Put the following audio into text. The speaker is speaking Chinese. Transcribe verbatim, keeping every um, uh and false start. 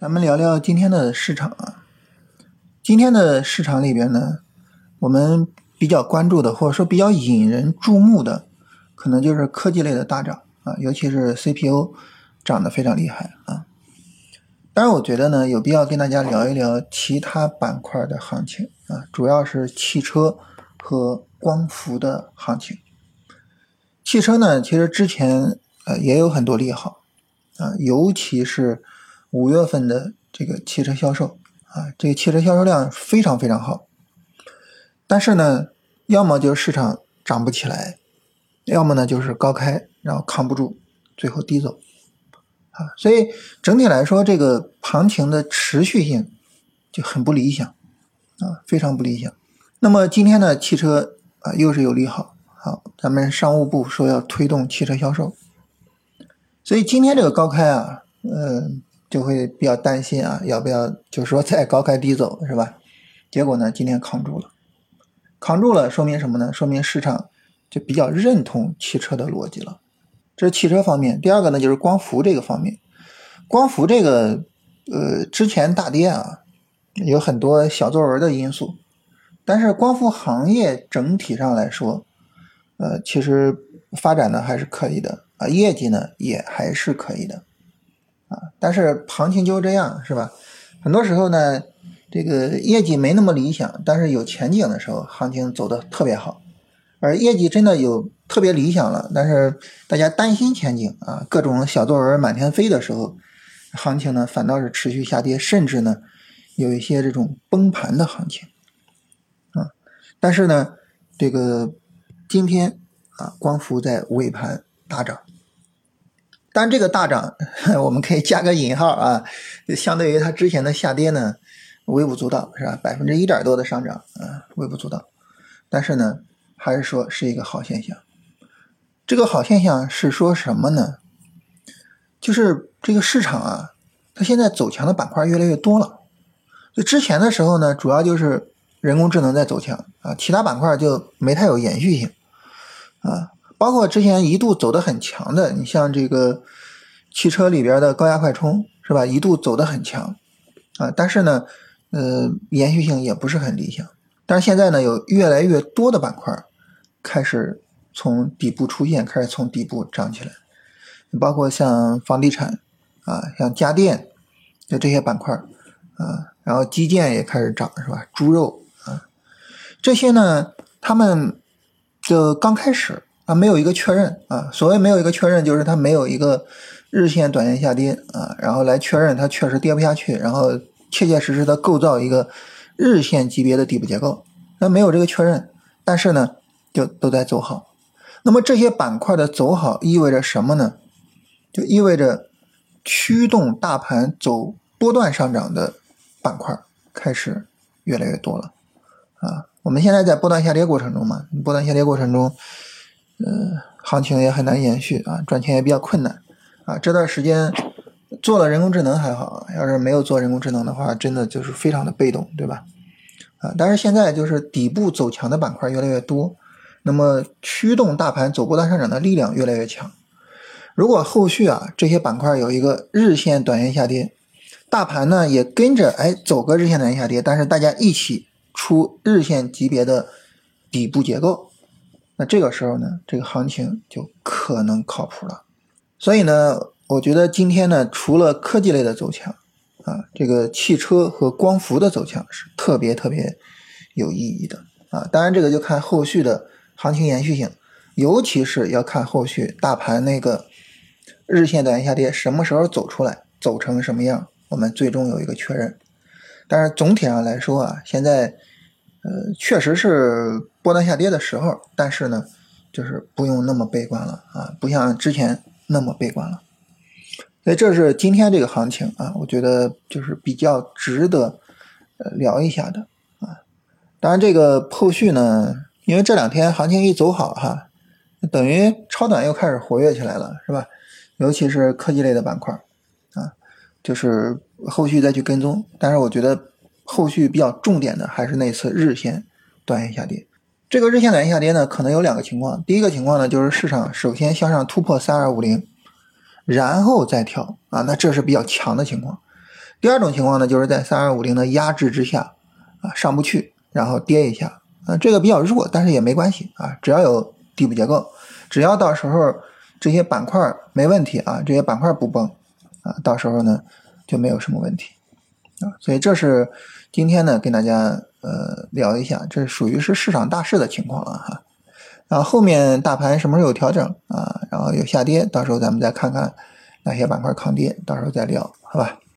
咱们聊聊今天的市场啊。今天的市场里边呢，我们比较关注的或者说比较引人注目的可能就是科技类的大涨啊，尤其是 C P U 涨得非常厉害啊。当然我觉得呢，有必要跟大家聊一聊其他板块的行情啊，主要是汽车和光伏的行情。汽车呢，其实之前呃也有很多利好啊，尤其是五月份的这个汽车销售啊，这个汽车销售量非常非常好。但是呢，要么就是市场涨不起来，要么呢就是高开然后扛不住，最后低走啊。所以整体来说，这个行情的持续性就很不理想啊，非常不理想。那么今天呢，汽车啊又是有利好，好，咱们商务部说要推动汽车销售，所以今天这个高开啊，呃，就会比较担心啊，要不要就是说再高开低走是吧？结果呢，今天扛住了，扛住了，说明什么呢？说明市场就比较认同汽车的逻辑了。这是汽车方面。第二个呢，就是光伏这个方面。光伏这个呃之前大跌啊，有很多小作文的因素，但是光伏行业整体上来说，呃，其实发展呢还是可以的啊，业绩呢也还是可以的啊。但是行情就是这样，是吧？很多时候呢，这个业绩没那么理想，但是有前景的时候，行情走得特别好。而业绩真的有特别理想了，但是大家担心前景啊，各种小作文满天飞的时候，行情呢反倒是持续下跌，甚至呢有一些这种崩盘的行情啊。但是呢，这个今天啊，光伏在尾盘大涨，但这个大涨我们可以加个引号啊，相对于它之前的下跌呢，微不足道，是吧？百分之一点多的上涨啊，微不足道。但是呢，还是说是一个好现象。这个好现象是说什么呢？就是这个市场啊，它现在走强的板块越来越多了。就之前的时候呢，主要就是人工智能在走强啊，其他板块就没太有延续性啊。包括之前一度走得很强的，你像这个汽车里边的高压快充，是吧？一度走得很强啊，但是呢，呃，延续性也不是很理想。但是现在呢，有越来越多的板块开始从底部出现，开始从底部涨起来，包括像房地产啊，像家电的这些板块啊，然后基建也开始涨，是吧？猪肉啊，这些呢，他们就刚开始啊，没有一个确认啊。所谓没有一个确认，就是它没有一个日线、短线下跌啊，然后来确认它确实跌不下去，然后切切实实的构造一个日线级别的底部结构。那没有这个确认，但是呢，就都在走好。那么这些板块的走好意味着什么呢？就意味着驱动大盘走波段上涨的板块开始越来越多了啊。我们现在在波段下跌过程中嘛，波段下跌过程中，呃，行情也很难延续啊，赚钱也比较困难啊。这段时间做了人工智能还好，要是没有做人工智能的话，真的就是非常的被动，对吧？啊，但是现在就是底部走强的板块越来越多，那么驱动大盘走波段上涨的力量越来越强。如果后续啊这些板块有一个日线、短线下跌，大盘呢也跟着哎走个日线、短线下跌，但是大家一起出日线级别的底部结构，那这个时候呢，这个行情就可能靠谱了。所以呢，我觉得今天呢，除了科技类的走强啊，这个汽车和光伏的走强是特别特别有意义的啊。当然这个就看后续的行情延续性，尤其是要看后续大盘那个日线短线下跌什么时候走出来，走成什么样，我们最终有一个确认。但是总体上来说啊，现在呃确实是波段下跌的时候，但是呢，就是不用那么悲观了啊，不像之前那么悲观了。所以这是今天这个行情啊，我觉得就是比较值得呃聊一下的啊。当然这个后续呢，因为这两天行情一走好哈，等于超短又开始活跃起来了，是吧？尤其是科技类的板块啊，就是后续再去跟踪。但是我觉得后续比较重点的还是那次日线、短线下跌。这个日线、短线下跌呢，可能有两个情况。第一个情况呢，就是市场首先向上突破三二五零。然后再跳啊，那这是比较强的情况。 第二种情况呢，就是在三二五零的压制之下啊上不去，然后跌一下啊，这个比较弱，但是也没关系啊，只要有底部结构，只要到时候这些板块没问题啊，这些板块不崩啊，到时候呢就没有什么问题啊。所以这是今天呢跟大家呃聊一下，这属于是市场大势的情况了哈。然后后面大盘什么时候有调整啊，然后有下跌，到时候咱们再看看哪些板块抗跌，到时候再聊，好吧。